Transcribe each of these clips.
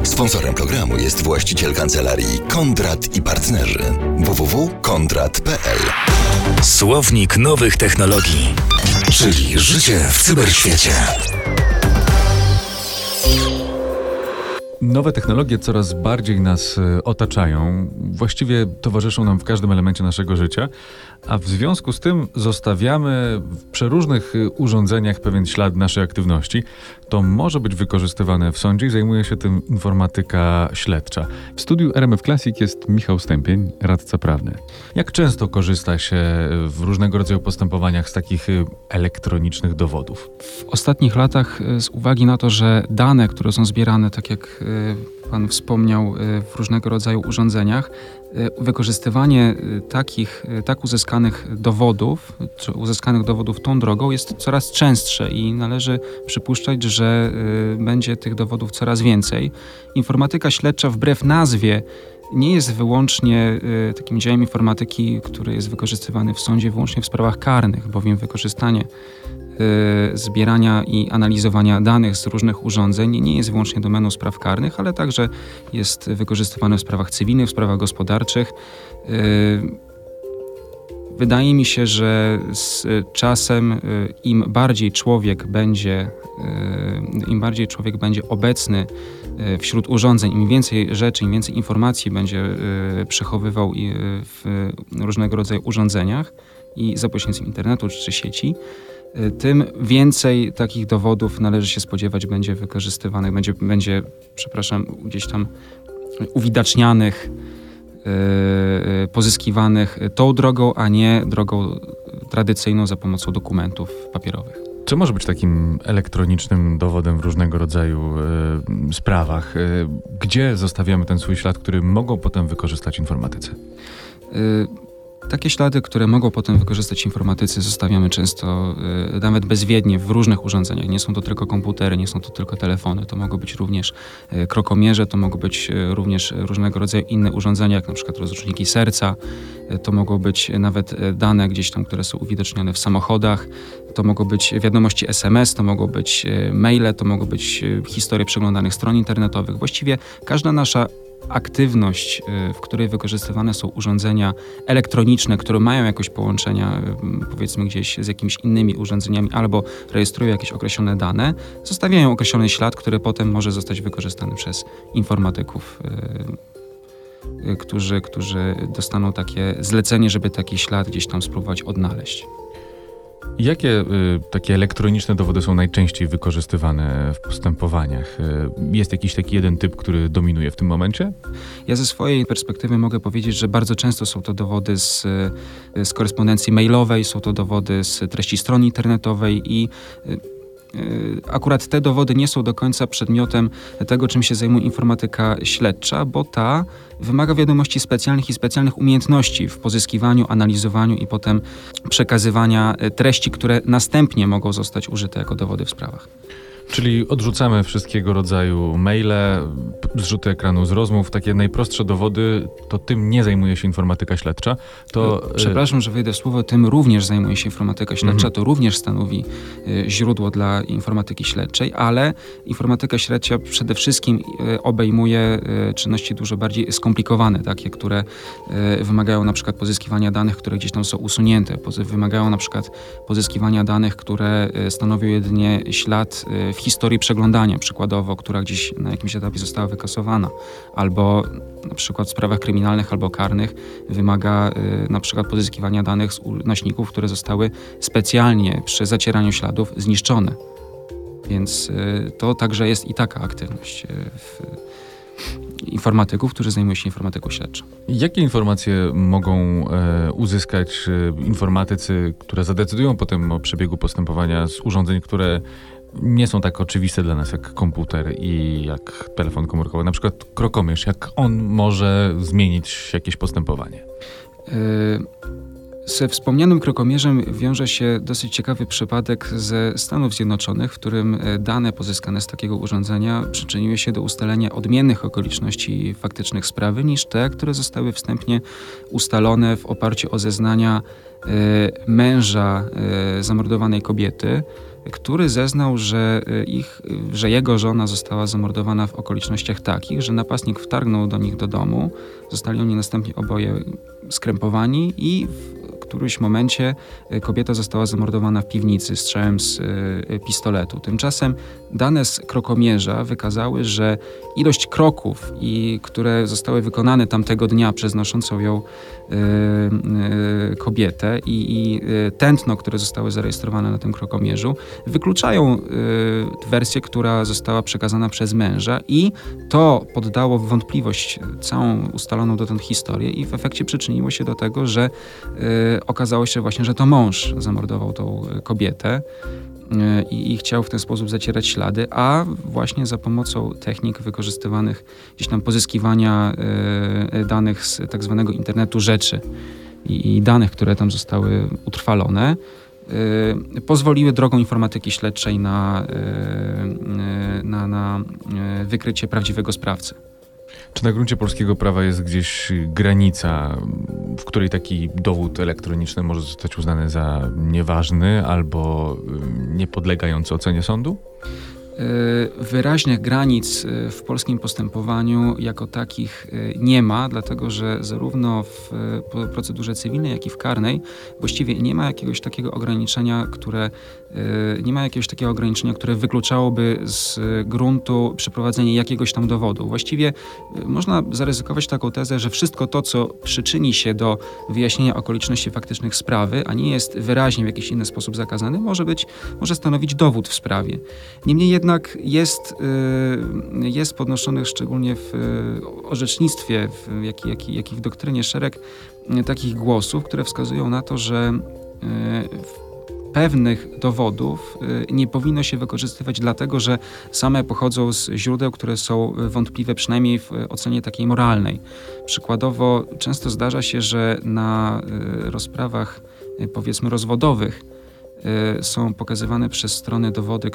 Sponsorem programu jest właściciel kancelarii Kondrat i Partnerzy. www.kondrat.pl. Słownik nowych technologii, czyli życie w cyberświecie. Nowe technologie coraz bardziej nas otaczają, właściwie towarzyszą nam w każdym elemencie naszego życia, a w związku z tym zostawiamy w przeróżnych urządzeniach pewien ślad naszej aktywności. To może być wykorzystywane w sądzie i zajmuje się tym informatyka śledcza. W studiu RMF Classic jest Michał Stępień, radca prawny. Jak często korzysta się w różnego rodzaju postępowaniach z takich elektronicznych dowodów? W ostatnich latach z uwagi na to, że dane, które są zbierane, tak jak Pan wspomniał, w różnego rodzaju urządzeniach, wykorzystywanie tak uzyskanych dowodów, czy uzyskanych dowodów tą drogą jest coraz częstsze i należy przypuszczać, że będzie tych dowodów coraz więcej. Informatyka śledcza wbrew nazwie nie jest wyłącznie takim działem informatyki, który jest wykorzystywany w sądzie wyłącznie w sprawach karnych, bowiem wykorzystanie zbierania i analizowania danych z różnych urządzeń nie jest wyłącznie domeną spraw karnych, ale także jest wykorzystywane w sprawach cywilnych, w sprawach gospodarczych. Wydaje mi się, że z czasem im bardziej człowiek będzie obecny wśród urządzeń, im więcej rzeczy, im więcej informacji będzie przechowywał w różnego rodzaju urządzeniach i za pośrednictwem internetu czy sieci, tym więcej takich dowodów należy się spodziewać będzie wykorzystywanych, będzie gdzieś tam uwidacznianych, pozyskiwanych tą drogą, a nie drogą tradycyjną za pomocą dokumentów papierowych. Co może być takim elektronicznym dowodem w różnego rodzaju sprawach? Gdzie zostawiamy ten swój ślad, który mogą potem wykorzystać informatycy? Takie ślady, które mogą potem wykorzystać informatycy, zostawiamy często nawet bezwiednie w różnych urządzeniach. Nie są to tylko komputery, nie są to tylko telefony. To mogą być również krokomierze, to mogą być również różnego rodzaju inne urządzenia, jak na przykład rozruszniki serca. To mogą być nawet dane gdzieś tam, które są uwidocznione w samochodach. To mogą być wiadomości SMS, to mogą być maile, to mogą być historie przeglądanych stron internetowych. Właściwie każda nasza aktywność, w której wykorzystywane są urządzenia elektroniczne, które mają jakoś połączenia, powiedzmy gdzieś z jakimiś innymi urządzeniami albo rejestrują jakieś określone dane, zostawiają określony ślad, który potem może zostać wykorzystany przez informatyków, którzy dostaną takie zlecenie, żeby taki ślad gdzieś tam spróbować odnaleźć. Jakie takie elektroniczne dowody są najczęściej wykorzystywane w postępowaniach? Jest jakiś taki jeden typ, który dominuje w tym momencie? Ja ze swojej perspektywy mogę powiedzieć, że bardzo często są to dowody z korespondencji mailowej, są to dowody z treści strony internetowej i akurat te dowody nie są do końca przedmiotem tego, czym się zajmuje informatyka śledcza, bo ta wymaga wiadomości specjalnych i specjalnych umiejętności w pozyskiwaniu, analizowaniu i potem przekazywania treści, które następnie mogą zostać użyte jako dowody w sprawach. Czyli odrzucamy wszystkiego rodzaju maile, zrzuty ekranu z rozmów, takie najprostsze dowody, to tym nie zajmuje się informatyka śledcza. Przepraszam, że wejdę w słowo, tym również zajmuje się informatyka śledcza, to również stanowi źródło dla informatyki śledczej, ale informatyka śledcza przede wszystkim obejmuje czynności dużo bardziej skomplikowane, takie, które wymagają na przykład pozyskiwania danych, które gdzieś tam są usunięte, wymagają na przykład pozyskiwania danych, które stanowią jedynie ślad w historii przeglądania, przykładowo, która gdzieś na jakimś etapie została wykasowana, albo na przykład w sprawach kryminalnych albo karnych wymaga na przykład pozyskiwania danych z nośników, które zostały specjalnie przy zacieraniu śladów zniszczone. Więc to także jest i taka aktywność informatyków, którzy zajmują się informatyką śledczą. Jakie informacje mogą uzyskać informatycy, które zadecydują potem o przebiegu postępowania z urządzeń, które nie są tak oczywiste dla nas jak komputer i jak telefon komórkowy? Na przykład krokomierz, jak on może zmienić jakieś postępowanie? Ze wspomnianym krokomierzem wiąże się dosyć ciekawy przypadek ze Stanów Zjednoczonych, w którym dane pozyskane z takiego urządzenia przyczyniły się do ustalenia odmiennych okoliczności faktycznych sprawy niż te, które zostały wstępnie ustalone w oparciu o zeznania męża zamordowanej kobiety, który zeznał, że jego żona została zamordowana w okolicznościach takich, że napastnik wtargnął do nich do domu, zostali oni następnie oboje skrępowani i w którymś momencie kobieta została zamordowana w piwnicy strzałem z pistoletu. Tymczasem dane z krokomierza wykazały, że ilość kroków, które zostały wykonane tamtego dnia przez noszącą ją kobietę i tętno, które zostały zarejestrowane na tym krokomierzu, wykluczają wersję, która została przekazana przez męża i to poddało w wątpliwość całą ustaloną dotąd historię i w efekcie przyczyniło się do tego, że okazało się właśnie, że to mąż zamordował tą kobietę i chciał w ten sposób zacierać ślady, a właśnie za pomocą technik wykorzystywanych gdzieś tam pozyskiwania danych z tak zwanego internetu rzeczy i danych, które tam zostały utrwalone, pozwoliły drogą informatyki śledczej na wykrycie prawdziwego sprawcy. Czy na gruncie polskiego prawa jest gdzieś granica, w której taki dowód elektroniczny może zostać uznany za nieważny albo niepodlegający ocenie sądu? Wyraźnych granic w polskim postępowaniu jako takich nie ma, dlatego że zarówno w procedurze cywilnej, jak i w karnej właściwie nie ma jakiegoś takiego ograniczenia, które wykluczałoby z gruntu przeprowadzenie jakiegoś tam dowodu. Właściwie można zaryzykować taką tezę, że wszystko to, co przyczyni się do wyjaśnienia okoliczności faktycznych sprawy, a nie jest wyraźnie w jakiś inny sposób zakazany, może stanowić dowód w sprawie. Niemniej jednak jest podnoszonych szczególnie w orzecznictwie, jak i w doktrynie szereg takich głosów, które wskazują na to, że pewnych dowodów nie powinno się wykorzystywać dlatego, że same pochodzą z źródeł, które są wątpliwe przynajmniej w ocenie takiej moralnej. Przykładowo często zdarza się, że na rozprawach powiedzmy rozwodowych są pokazywane przez strony dowody,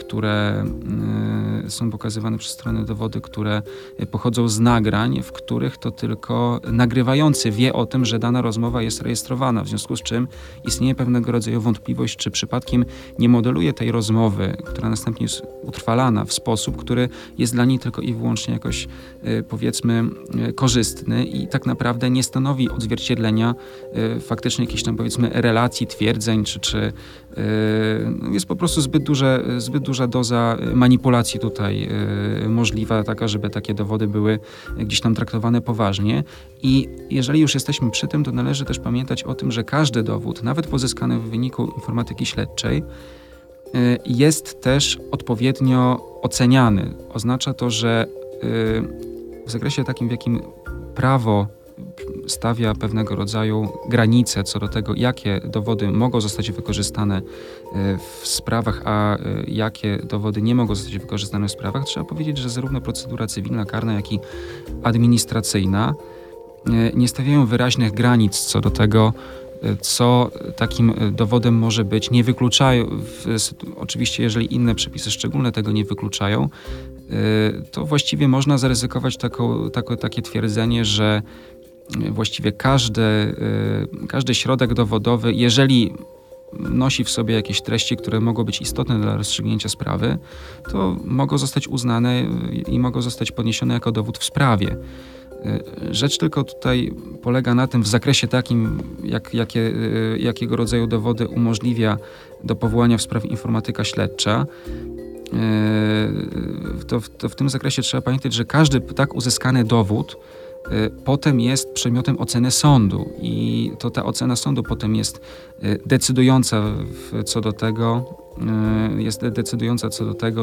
które pochodzą z nagrań, w których to tylko nagrywający wie o tym, że dana rozmowa jest rejestrowana, w związku z czym istnieje pewnego rodzaju wątpliwość, czy przypadkiem nie modeluje tej rozmowy, która następnie jest utrwalana w sposób, który jest dla niej tylko i wyłącznie jakoś powiedzmy korzystny i tak naprawdę nie stanowi odzwierciedlenia faktycznie jakiejś tam powiedzmy relacji, twierdzeń, czy jest po prostu zbyt duża doza manipulacji tutaj możliwa, taka, żeby takie dowody były gdzieś tam traktowane poważnie. I jeżeli już jesteśmy przy tym, to należy też pamiętać o tym, że każdy dowód, nawet pozyskany w wyniku informatyki śledczej, jest też odpowiednio oceniany. Oznacza to, że w zakresie takim, w jakim prawo stawia pewnego rodzaju granice co do tego, jakie dowody mogą zostać wykorzystane w sprawach, a jakie dowody nie mogą zostać wykorzystane w sprawach, trzeba powiedzieć, że zarówno procedura cywilna, karna, jak i administracyjna nie stawiają wyraźnych granic co do tego, co takim dowodem może być. Nie wykluczają, oczywiście jeżeli inne przepisy szczególne tego nie wykluczają, to właściwie można zaryzykować takie twierdzenie, że właściwie każdy środek dowodowy, jeżeli nosi w sobie jakieś treści, które mogą być istotne dla rozstrzygnięcia sprawy, to mogą zostać uznane i mogą zostać podniesione jako dowód w sprawie. Rzecz tylko tutaj polega na tym w zakresie takim, jakiego rodzaju dowody umożliwia do powołania w sprawie informatyka śledcza. To w tym zakresie trzeba pamiętać, że każdy tak uzyskany dowód potem jest przedmiotem oceny sądu i to ta ocena sądu potem jest decydująca co do tego,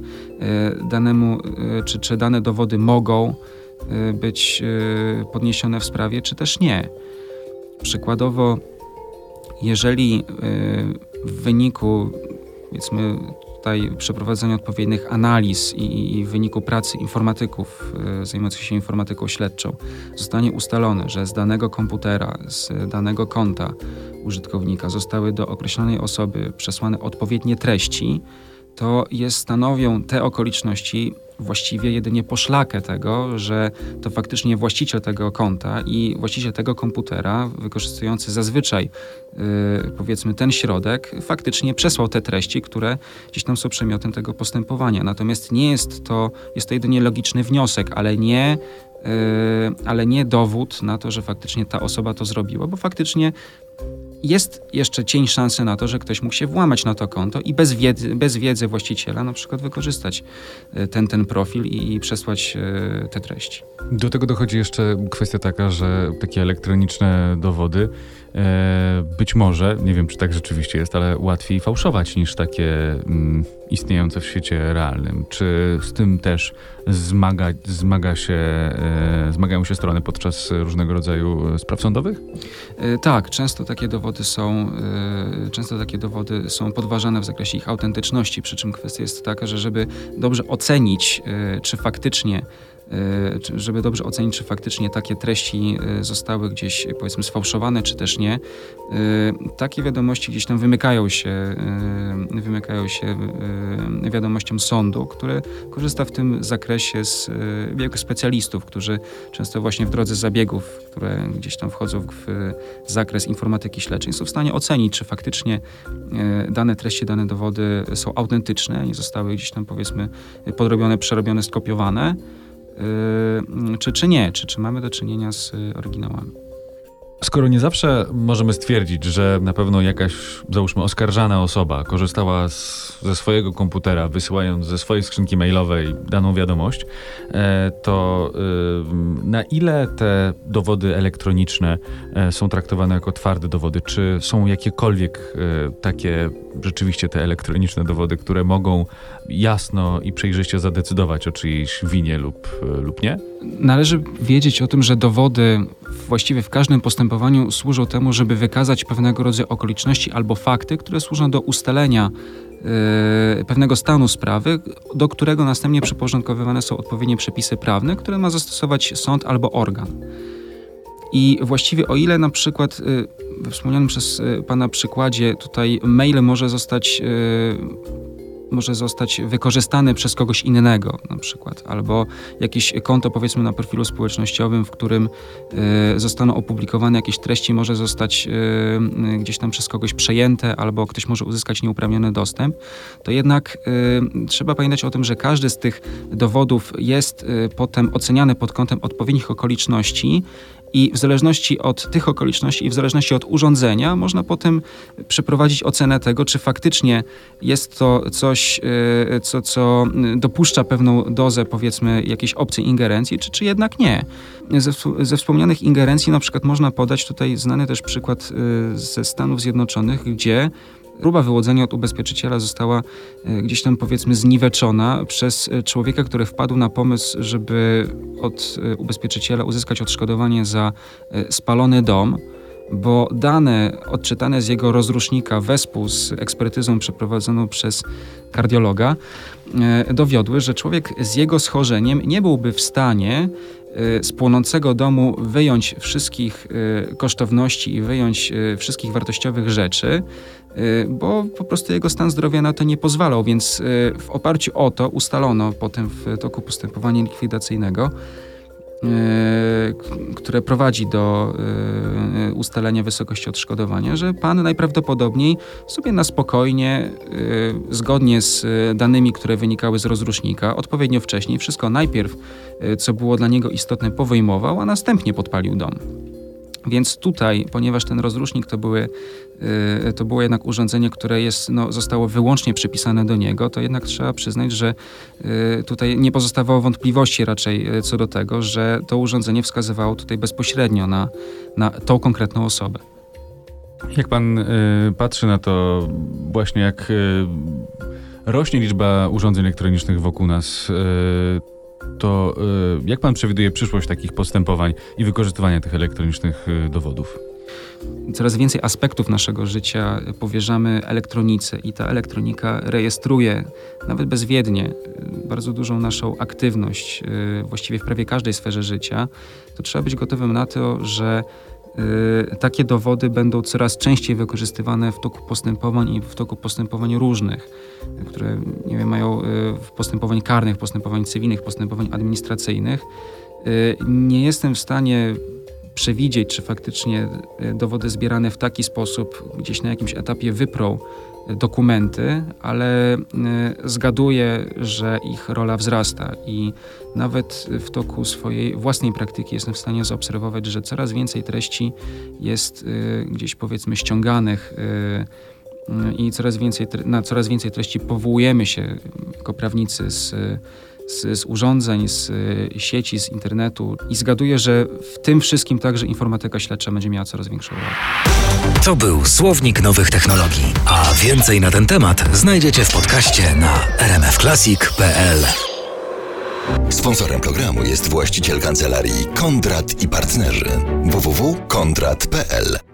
czy dane dowody mogą być podniesione w sprawie, czy też nie. Przykładowo, jeżeli w wyniku powiedzmy tutaj przeprowadzenia odpowiednich analiz i w wyniku pracy informatyków zajmujących się informatyką śledczą zostanie ustalone, że z danego komputera, z danego konta użytkownika zostały do określonej osoby przesłane odpowiednie treści, to stanowią te okoliczności właściwie jedynie poszlakę tego, że to faktycznie właściciel tego konta i właściciel tego komputera, wykorzystujący zazwyczaj powiedzmy ten środek, faktycznie przesłał te treści, które gdzieś tam są przedmiotem tego postępowania. Natomiast jest to jedynie logiczny wniosek, ale nie dowód na to, że faktycznie ta osoba to zrobiła, bo faktycznie jest jeszcze cień szansy na to, że ktoś mógł się włamać na to konto i bez wiedzy właściciela na przykład wykorzystać ten profil i przesłać te treści. Do tego dochodzi jeszcze kwestia taka, że takie elektroniczne dowody być może, nie wiem czy tak rzeczywiście jest, ale łatwiej fałszować niż takie istniejące w świecie realnym. Czy z tym też zmagają się strony podczas różnego rodzaju spraw sądowych? Tak, często takie dowody są podważane w zakresie ich autentyczności, przy czym kwestia jest taka, że żeby dobrze ocenić, czy faktycznie takie treści zostały gdzieś, powiedzmy, sfałszowane, czy też nie, takie wiadomości gdzieś tam wymykają się wiadomościom sądu, który korzysta w tym zakresie z wielu specjalistów, którzy często właśnie w drodze zabiegów, które gdzieś tam wchodzą w zakres informatyki śledczej, są w stanie ocenić, czy faktycznie dane treści, dane dowody są autentyczne, nie zostały gdzieś tam, powiedzmy, podrobione, przerobione, skopiowane, czy nie, czy mamy do czynienia z oryginałami. Skoro nie zawsze możemy stwierdzić, że na pewno jakaś, załóżmy, oskarżana osoba korzystała ze swojego komputera, wysyłając ze swojej skrzynki mailowej daną wiadomość, to na ile te dowody elektroniczne są traktowane jako twarde dowody? Czy są jakiekolwiek takie rzeczywiście te elektroniczne dowody, które mogą jasno i przejrzyście zadecydować o czyjejś winie lub nie? Należy wiedzieć o tym, że dowody właściwie w każdym postępowaniu służą temu, żeby wykazać pewnego rodzaju okoliczności albo fakty, które służą do ustalenia pewnego stanu sprawy, do którego następnie przyporządkowywane są odpowiednie przepisy prawne, które ma zastosować sąd albo organ. I właściwie o ile na przykład we wspomnianym przez Pana przykładzie tutaj mail może zostać wykorzystany przez kogoś innego na przykład, albo jakieś konto, powiedzmy, na profilu społecznościowym, w którym zostaną opublikowane jakieś treści, może zostać gdzieś tam przez kogoś przejęte, albo ktoś może uzyskać nieuprawniony dostęp, to jednak trzeba pamiętać o tym, że każdy z tych dowodów jest potem oceniany pod kątem odpowiednich okoliczności i w zależności od tych okoliczności i w zależności od urządzenia można potem przeprowadzić ocenę tego, czy faktycznie jest to coś, co dopuszcza pewną dozę, powiedzmy, jakiejś obcej ingerencji, czy jednak nie. Ze wspomnianych ingerencji na przykład można podać tutaj znany też przykład ze Stanów Zjednoczonych, gdzie próba wyłudzenia od ubezpieczyciela została gdzieś tam, powiedzmy, zniweczona przez człowieka, który wpadł na pomysł, żeby od ubezpieczyciela uzyskać odszkodowanie za spalony dom, bo dane odczytane z jego rozrusznika wespół z ekspertyzą przeprowadzoną przez kardiologa dowiodły, że człowiek z jego schorzeniem nie byłby w stanie z płonącego domu wyjąć wszystkich kosztowności i wyjąć wszystkich wartościowych rzeczy, bo po prostu jego stan zdrowia na to nie pozwalał, więc w oparciu o to ustalono potem w toku postępowania likwidacyjnego, które prowadzi do ustalenia wysokości odszkodowania, że pan najprawdopodobniej sobie na spokojnie, zgodnie z danymi, które wynikały z rozrusznika, odpowiednio wcześniej, wszystko najpierw, co było dla niego istotne, powyjmował, a następnie podpalił dom. Więc tutaj, ponieważ ten rozrusznik to było jednak urządzenie, które zostało wyłącznie przypisane do niego, to jednak trzeba przyznać, że tutaj nie pozostawało wątpliwości raczej co do tego, że to urządzenie wskazywało tutaj bezpośrednio na tą konkretną osobę. Jak pan patrzy na to właśnie, jak rośnie liczba urządzeń elektronicznych wokół nas, to jak pan przewiduje przyszłość takich postępowań i wykorzystywania tych elektronicznych dowodów? Coraz więcej aspektów naszego życia powierzamy elektronice i ta elektronika rejestruje, nawet bezwiednie, bardzo dużą naszą aktywność właściwie w prawie każdej sferze życia. To trzeba być gotowym na to, że takie dowody będą coraz częściej wykorzystywane w toku postępowań i w toku postępowań różnych, które mają w postępowań karnych, postępowań cywilnych, postępowań administracyjnych. Nie jestem w stanie przewidzieć, czy faktycznie dowody zbierane w taki sposób gdzieś na jakimś etapie wyprą dokumenty, ale zgaduję, że ich rola wzrasta i nawet w toku swojej własnej praktyki jestem w stanie zaobserwować, że coraz więcej treści jest gdzieś powiedzmy ściąganych i na coraz więcej treści powołujemy się jako prawnicy z urządzeń, z sieci, z internetu i zgaduję, że w tym wszystkim także informatyka śledcza będzie miała coraz większą rolę. To był Słownik Nowych Technologii, a więcej na ten temat znajdziecie w podcaście na rmfclassic.pl. Sponsorem programu jest właściciel kancelarii Kondrat i Partnerzy www.kondrat.pl.